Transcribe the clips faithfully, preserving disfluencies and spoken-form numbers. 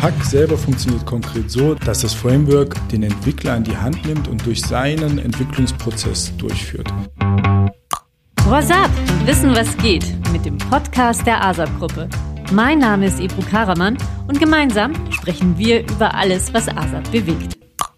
P A C selber funktioniert konkret so, dass das Framework den Entwickler an die Hand nimmt und durch seinen Entwicklungsprozess durchführt. What's up? Wissen, was geht mit dem Podcast der ASAP-Gruppe. Mein Name ist Ebru Karaman und gemeinsam sprechen wir über alles, was ASAP bewegt.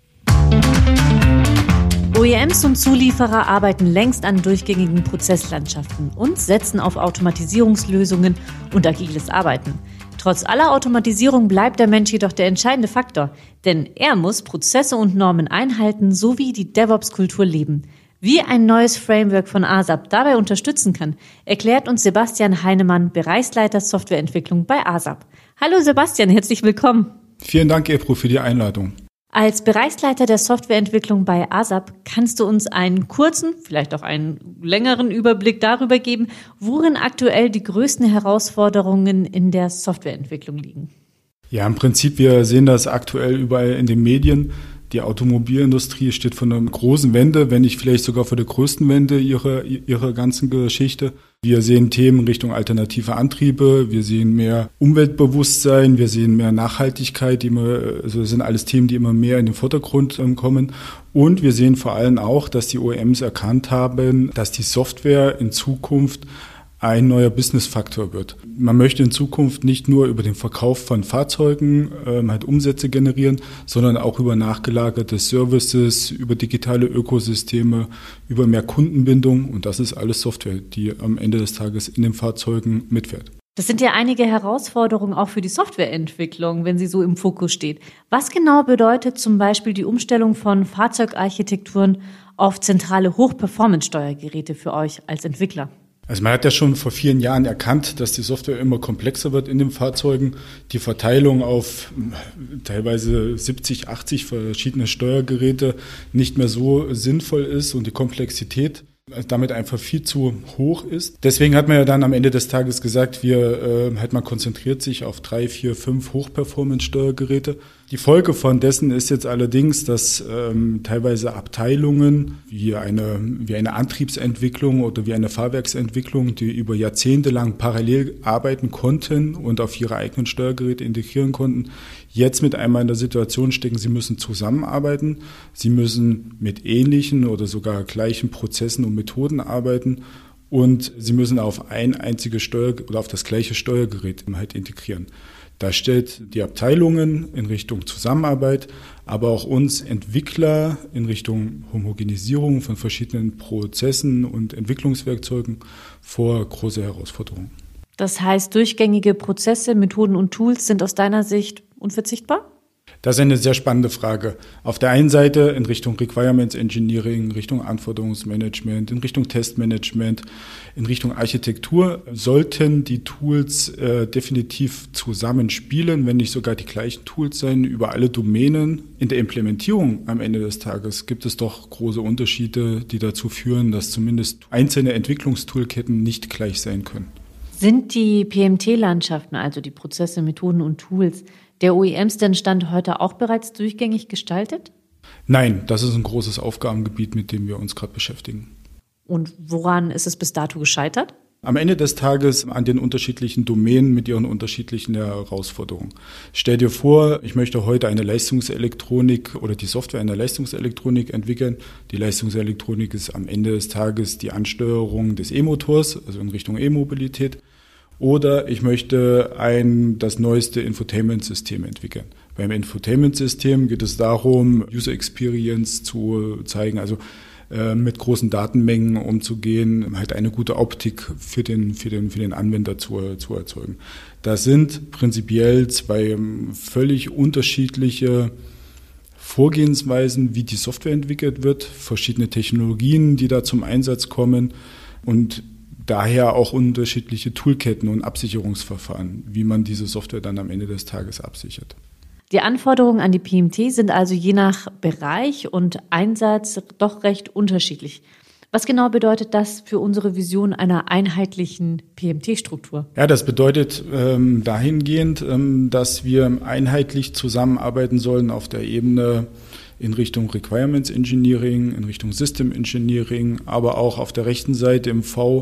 O E Ms und Zulieferer arbeiten längst an durchgängigen Prozesslandschaften und setzen auf Automatisierungslösungen und agiles Arbeiten. Trotz aller Automatisierung bleibt der Mensch jedoch der entscheidende Faktor, denn er muss Prozesse und Normen einhalten sowie die DevOps-Kultur leben. Wie ein neues Framework von ASAP dabei unterstützen kann, erklärt uns Sebastian Heinemann, Bereichsleiter Softwareentwicklung bei ASAP. Hallo Sebastian, herzlich willkommen. Vielen Dank, Ebru, für die Einladung. Als Bereichsleiter der Softwareentwicklung bei ASAP kannst du uns einen kurzen, vielleicht auch einen längeren Überblick darüber geben, worin aktuell die größten Herausforderungen in der Softwareentwicklung liegen. Ja, im Prinzip, wir sehen das aktuell überall in den Medien. Die Automobilindustrie steht vor einer großen Wende, wenn nicht vielleicht sogar vor der größten Wende ihrer, ihrer ganzen Geschichte. Wir sehen Themen Richtung alternative Antriebe, wir sehen mehr Umweltbewusstsein, wir sehen mehr Nachhaltigkeit, die immer, also das sind alles Themen, die immer mehr in den Vordergrund kommen. Und wir sehen vor allem auch, dass die O E Ms erkannt haben, dass die Software in Zukunft ein neuer Business-Faktor wird. Man möchte in Zukunft nicht nur über den Verkauf von Fahrzeugen ähm, halt Umsätze generieren, sondern auch über nachgelagerte Services, über digitale Ökosysteme, über mehr Kundenbindung. Und das ist alles Software, die am Ende des Tages in den Fahrzeugen mitfährt. Das sind ja einige Herausforderungen auch für die Softwareentwicklung, wenn sie so im Fokus steht. Was genau bedeutet zum Beispiel die Umstellung von Fahrzeugarchitekturen auf zentrale Hoch-Performance-Steuergeräte für euch als Entwickler? Also man hat ja schon vor vielen Jahren erkannt, dass die Software immer komplexer wird in den Fahrzeugen. Die Verteilung auf teilweise siebzig, achtzig verschiedene Steuergeräte nicht mehr so sinnvoll ist und die Komplexität damit einfach viel zu hoch ist. Deswegen hat man ja dann am Ende des Tages gesagt, wir äh, halt man konzentriert sich auf drei, vier, fünf Hoch-Performance-Steuergeräte. Die Folge von dessen ist jetzt allerdings, dass ähm, teilweise Abteilungen wie eine, wie eine Antriebsentwicklung oder wie eine Fahrwerksentwicklung, die über Jahrzehnte lang parallel arbeiten konnten und auf ihre eigenen Steuergeräte integrieren konnten, jetzt mit einmal in der Situation stecken, sie müssen zusammenarbeiten, sie müssen mit ähnlichen oder sogar gleichen Prozessen und Methoden arbeiten und sie müssen auf ein einziges Steuer oder auf das gleiche Steuergerät halt integrieren. Da stellt die Abteilungen in Richtung Zusammenarbeit, aber auch uns Entwickler in Richtung Homogenisierung von verschiedenen Prozessen und Entwicklungswerkzeugen vor große Herausforderungen. Das heißt, durchgängige Prozesse, Methoden und Tools sind aus deiner Sicht unverzichtbar? Das ist eine sehr spannende Frage. Auf der einen Seite in Richtung Requirements Engineering, in Richtung Anforderungsmanagement, in Richtung Testmanagement, in Richtung Architektur sollten die Tools äh, definitiv zusammenspielen, wenn nicht sogar die gleichen Tools sein, über alle Domänen. In der Implementierung am Ende des Tages gibt es doch große Unterschiede, die dazu führen, dass zumindest einzelne Entwicklungstoolketten nicht gleich sein können. Sind die P M T-Landschaften, also die Prozesse, Methoden und Tools, der O E Ms denn Stand heute auch bereits durchgängig gestaltet? Nein, das ist ein großes Aufgabengebiet, mit dem wir uns gerade beschäftigen. Und woran ist es bis dato gescheitert? Am Ende des Tages an den unterschiedlichen Domänen mit ihren unterschiedlichen Herausforderungen. Stell dir vor, ich möchte heute eine Leistungselektronik oder die Software einer Leistungselektronik entwickeln. Die Leistungselektronik ist am Ende des Tages die Ansteuerung des E-Motors, also in Richtung E-Mobilität. Oder ich möchte ein, das neueste Infotainment-System entwickeln. Beim Infotainment-System geht es darum, User Experience zu zeigen, also äh, mit großen Datenmengen umzugehen, halt eine gute Optik für den, für den, für den Anwender zu, zu erzeugen. Das sind prinzipiell zwei völlig unterschiedliche Vorgehensweisen, wie die Software entwickelt wird, verschiedene Technologien, die da zum Einsatz kommen und daher auch unterschiedliche Toolketten und Absicherungsverfahren, wie man diese Software dann am Ende des Tages absichert. Die Anforderungen an die P M T sind also je nach Bereich und Einsatz doch recht unterschiedlich. Was genau bedeutet das für unsere Vision einer einheitlichen P M T-Struktur? Ja, das bedeutet ähm, dahingehend, ähm, dass wir einheitlich zusammenarbeiten sollen auf der Ebene in Richtung Requirements Engineering, in Richtung System Engineering, aber auch auf der rechten Seite im V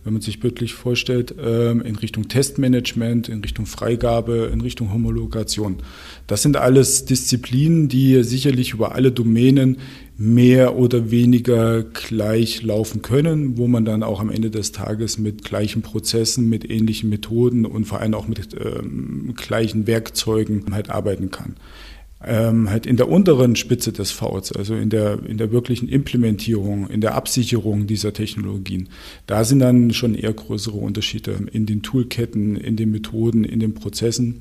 wenn man sich bildlich vorstellt, in Richtung Testmanagement, in Richtung Freigabe, in Richtung Homologation. Das sind alles Disziplinen, die sicherlich über alle Domänen mehr oder weniger gleich laufen können, wo man dann auch am Ende des Tages mit gleichen Prozessen, mit ähnlichen Methoden und vor allem auch mit ähm, gleichen Werkzeugen halt arbeiten kann. Ähm, halt in der unteren Spitze des Vs, also in der, in der wirklichen Implementierung, in der Absicherung dieser Technologien, da sind dann schon eher größere Unterschiede in den Toolketten, in den Methoden, in den Prozessen.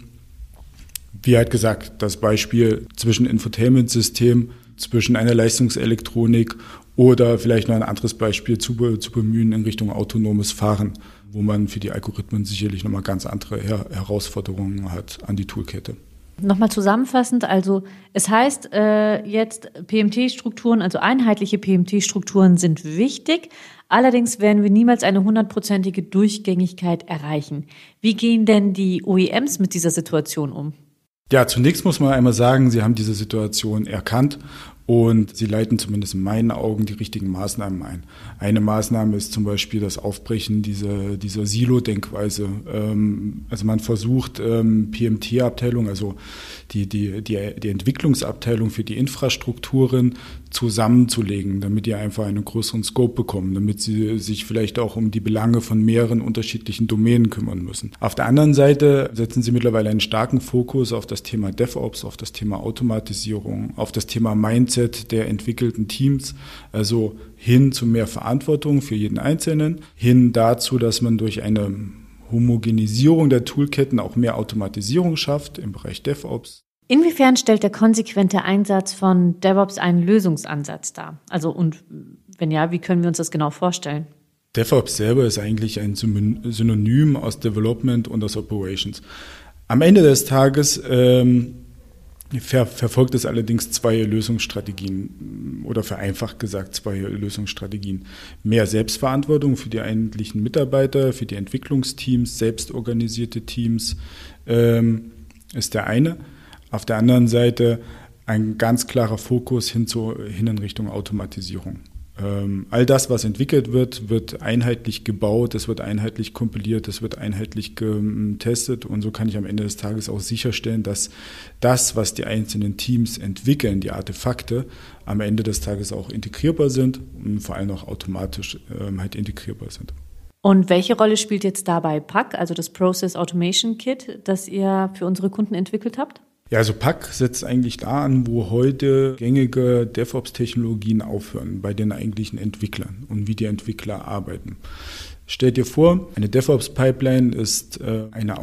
Wie halt gesagt, das Beispiel zwischen Infotainment-System, zwischen einer Leistungselektronik oder vielleicht noch ein anderes Beispiel zu, zu bemühen in Richtung autonomes Fahren, wo man für die Algorithmen sicherlich nochmal ganz andere Her- Herausforderungen hat an die Toolkette. Nochmal zusammenfassend, also es heißt äh, jetzt, P M T-Strukturen, also einheitliche P M T-Strukturen sind wichtig, allerdings werden wir niemals eine hundertprozentige Durchgängigkeit erreichen. Wie gehen denn die O E Ms mit dieser Situation um? Ja, zunächst muss man einmal sagen, sie haben diese Situation erkannt und sie leiten zumindest in meinen Augen die richtigen Maßnahmen ein. Eine Maßnahme ist zum Beispiel das Aufbrechen dieser, dieser Silo-Denkweise. Ähm, also man versucht, ähm, P M T-Abteilung, also die, die, die, die Entwicklungsabteilung für die Infrastrukturen zusammenzulegen, damit die einfach einen größeren Scope bekommen, damit sie sich vielleicht auch um die Belange von mehreren unterschiedlichen Domänen kümmern müssen. Auf der anderen Seite setzen sie mittlerweile einen starken Fokus auf das Thema DevOps, auf das Thema Automatisierung, auf das Thema Mindset der entwickelten Teams, also hin zu mehr Verantwortung für jeden Einzelnen, hin dazu, dass man durch eine Homogenisierung der Toolketten auch mehr Automatisierung schafft im Bereich DevOps. Inwiefern stellt der konsequente Einsatz von DevOps einen Lösungsansatz dar? Also und wenn ja, wie können wir uns das genau vorstellen? DevOps selber ist eigentlich ein Synonym aus Development und aus Operations. Am Ende des Tages ähm, ver- verfolgt es allerdings zwei Lösungsstrategien oder vereinfacht gesagt zwei Lösungsstrategien. Mehr Selbstverantwortung für die eigentlichen Mitarbeiter, für die Entwicklungsteams, selbstorganisierte Teams ähm, ist der eine. Auf der anderen Seite ein ganz klarer Fokus hin, zu, hin in Richtung Automatisierung. Ähm, all das, was entwickelt wird, wird einheitlich gebaut, es wird einheitlich kompiliert, es wird einheitlich getestet und so kann ich am Ende des Tages auch sicherstellen, dass das, was die einzelnen Teams entwickeln, die Artefakte, am Ende des Tages auch integrierbar sind und vor allem auch automatisch ähm, halt integrierbar sind. Und welche Rolle spielt jetzt dabei P A C, also das Process Automation Kit, das ihr für unsere Kunden entwickelt habt? Ja, also P A C setzt eigentlich da an, wo heute gängige DevOps-Technologien aufhören, bei den eigentlichen Entwicklern und wie die Entwickler arbeiten. Stell dir vor, eine DevOps-Pipeline ist äh, eine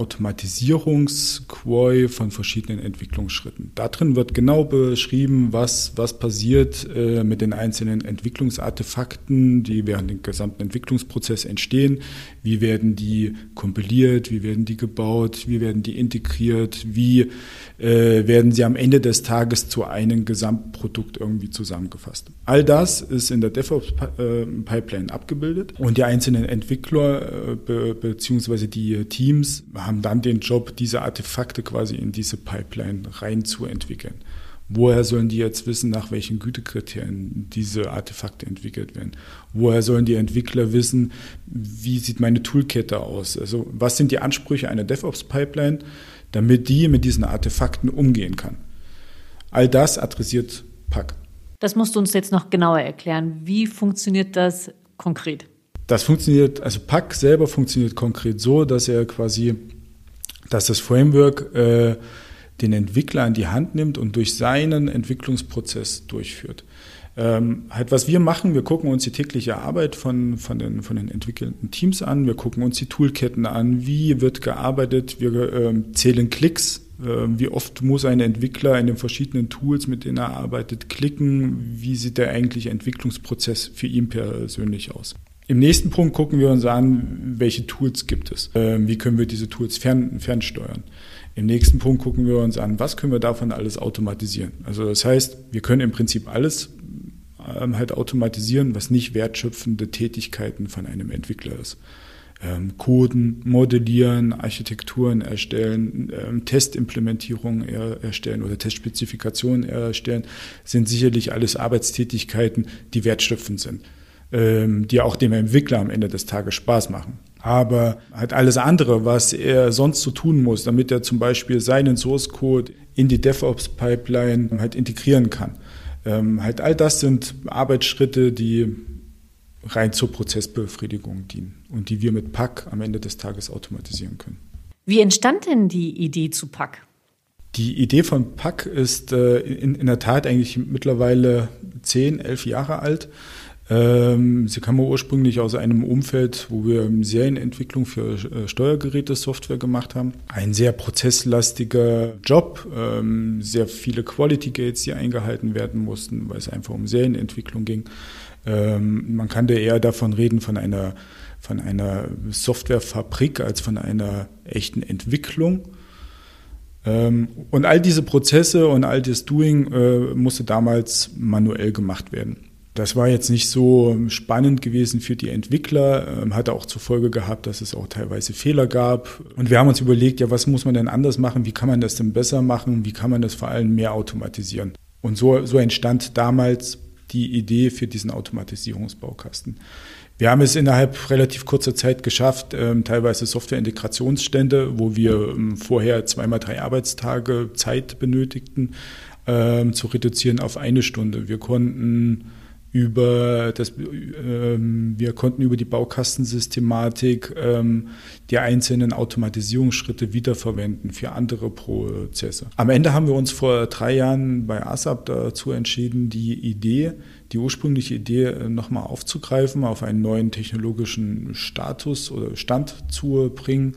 Automatisierungsquote von verschiedenen Entwicklungsschritten. Da drin wird genau beschrieben, was, was passiert äh, mit den einzelnen Entwicklungsartefakten, die während dem gesamten Entwicklungsprozess entstehen. Wie werden die kompiliert, wie werden die gebaut, wie werden die integriert, wie äh, werden sie am Ende des Tages zu einem Gesamtprodukt irgendwie zusammengefasst. All das ist in der DevOps-Pipeline abgebildet und die einzelnen Entwicklungsartefakte Entwickler be, beziehungsweise die Teams haben dann den Job, diese Artefakte quasi in diese Pipeline reinzuentwickeln. Woher sollen die jetzt wissen, nach welchen Gütekriterien diese Artefakte entwickelt werden? Woher sollen die Entwickler wissen, wie sieht meine Toolkette aus? Also was sind die Ansprüche einer DevOps-Pipeline, damit die mit diesen Artefakten umgehen kann? All das adressiert P A C. Das musst du uns jetzt noch genauer erklären. Wie funktioniert das konkret? Das funktioniert, also P A C selber funktioniert konkret so, dass er quasi, dass das Framework äh, den Entwickler an die Hand nimmt und durch seinen Entwicklungsprozess durchführt. Ähm, halt, was wir machen, wir gucken uns die tägliche Arbeit von, von, den, von den entwickelnden Teams an, wir gucken uns die Toolketten an, wie wird gearbeitet, wir äh, zählen Klicks, äh, wie oft muss ein Entwickler in den verschiedenen Tools, mit denen er arbeitet, klicken, wie sieht der eigentliche Entwicklungsprozess für ihn persönlich aus. Im nächsten Punkt gucken wir uns an, welche Tools gibt es, äh, wie können wir diese Tools fern, fernsteuern. Im nächsten Punkt gucken wir uns an, was können wir davon alles automatisieren. Also das heißt, wir können im Prinzip alles ähm, halt automatisieren, was nicht wertschöpfende Tätigkeiten von einem Entwickler ist. Ähm, Coden, modellieren, Architekturen erstellen, ähm, Testimplementierungen er, erstellen oder Testspezifikationen erstellen, sind sicherlich alles Arbeitstätigkeiten, die wertschöpfend sind. ähm, die auch dem Entwickler am Ende des Tages Spaß machen. Aber halt alles andere, was er sonst so tun muss, damit er zum Beispiel seinen Source-Code in die DevOps-Pipeline halt integrieren kann. Ähm, halt all das sind Arbeitsschritte, die rein zur Prozessbefriedigung dienen und die wir mit Pack am Ende des Tages automatisieren können. Wie entstand denn die Idee zu Pack? Die Idee von Pack ist äh, in, in der Tat eigentlich mittlerweile zehn, elf Jahre alt. Ähm, sie kam ursprünglich aus einem Umfeld, wo wir Serienentwicklung für äh, Steuergeräte-Software gemacht haben. Ein sehr prozesslastiger Job, ähm, sehr viele Quality Gates, die eingehalten werden mussten, weil es einfach um Serienentwicklung ging. Ähm, man kann da eher davon reden, von einer, von einer Softwarefabrik als von einer echten Entwicklung. Ähm, und all diese Prozesse und all das Doing äh, musste damals manuell gemacht werden. Das war jetzt nicht so spannend gewesen für die Entwickler, ähm, hatte auch zur Folge gehabt, dass es auch teilweise Fehler gab. Und wir haben uns überlegt, ja, was muss man denn anders machen? Wie kann man das denn besser machen? Wie kann man das vor allem mehr automatisieren? Und so, so entstand damals die Idee für diesen Automatisierungsbaukasten. Wir haben es innerhalb relativ kurzer Zeit geschafft, ähm, teilweise Softwareintegrationsstände, wo wir ähm, vorher zweimal drei Arbeitstage Zeit benötigten, ähm, zu reduzieren auf eine Stunde. Wir konnten über das, ähm, wir konnten über die Baukastensystematik ähm, die einzelnen Automatisierungsschritte wiederverwenden für andere Prozesse. Am Ende haben wir uns vor drei Jahren bei ASAP dazu entschieden, die Idee, die ursprüngliche Idee nochmal aufzugreifen, auf einen neuen technologischen Status oder Stand zu bringen.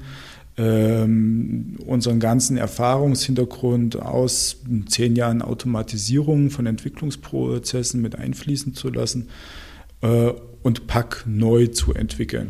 Ähm, unseren ganzen Erfahrungshintergrund aus zehn Jahren Automatisierung von Entwicklungsprozessen mit einfließen zu lassen äh, und Pack neu zu entwickeln,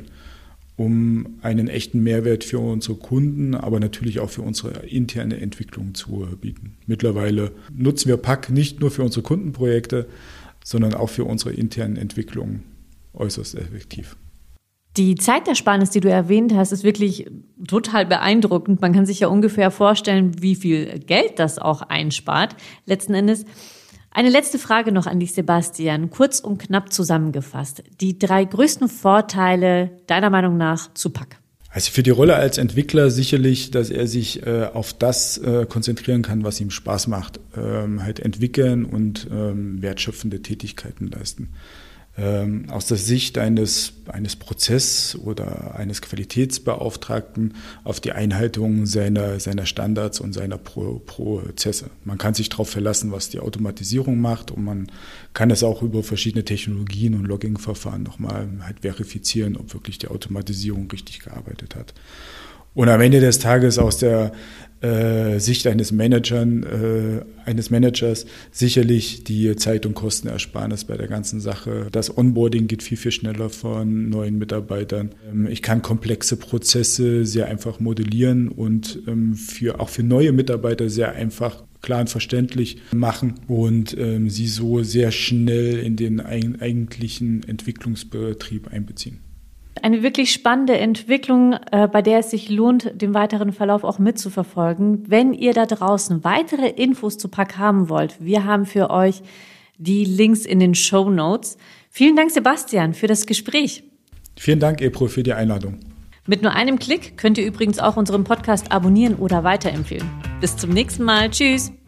um einen echten Mehrwert für unsere Kunden, aber natürlich auch für unsere interne Entwicklung zu bieten. Mittlerweile nutzen wir Pack nicht nur für unsere Kundenprojekte, sondern auch für unsere internen Entwicklungen äußerst effektiv. Die Zeitersparnis, die du erwähnt hast, ist wirklich total beeindruckend. Man kann sich ja ungefähr vorstellen, wie viel Geld das auch einspart. Letzten Endes. Eine letzte Frage noch an dich, Sebastian. Kurz und knapp zusammengefasst. Die drei größten Vorteile deiner Meinung nach zu Pack? Also für die Rolle als Entwickler sicherlich, dass er sich äh, auf das äh, konzentrieren kann, was ihm Spaß macht. Ähm, halt entwickeln und ähm, wertschöpfende Tätigkeiten leisten. Ähm, aus der Sicht eines, eines Prozess- oder eines Qualitätsbeauftragten auf die Einhaltung seiner, seiner Standards und seiner Pro- Prozesse. Man kann sich darauf verlassen, was die Automatisierung macht, und man kann es auch über verschiedene Technologien und Logging-Verfahren nochmal halt verifizieren, ob wirklich die Automatisierung richtig gearbeitet hat. Und am Ende des Tages aus der äh, Sicht eines Managern, äh, eines Managers sicherlich die Zeit- und Kostenersparnis bei der ganzen Sache. Das Onboarding geht viel, viel schneller von neuen Mitarbeitern. Ähm, ich kann komplexe Prozesse sehr einfach modellieren und ähm, für, auch für neue Mitarbeiter sehr einfach klar und verständlich machen und ähm, sie so sehr schnell in den ein, eigentlichen Entwicklungsbetrieb einbeziehen. Eine wirklich spannende Entwicklung, äh, bei der es sich lohnt, den weiteren Verlauf auch mitzuverfolgen. Wenn ihr da draußen weitere Infos zu Pack haben wollt, wir haben für euch die Links in den Shownotes. Vielen Dank, Sebastian, für das Gespräch. Vielen Dank, Ebro, für die Einladung. Mit nur einem Klick könnt ihr übrigens auch unseren Podcast abonnieren oder weiterempfehlen. Bis zum nächsten Mal. Tschüss.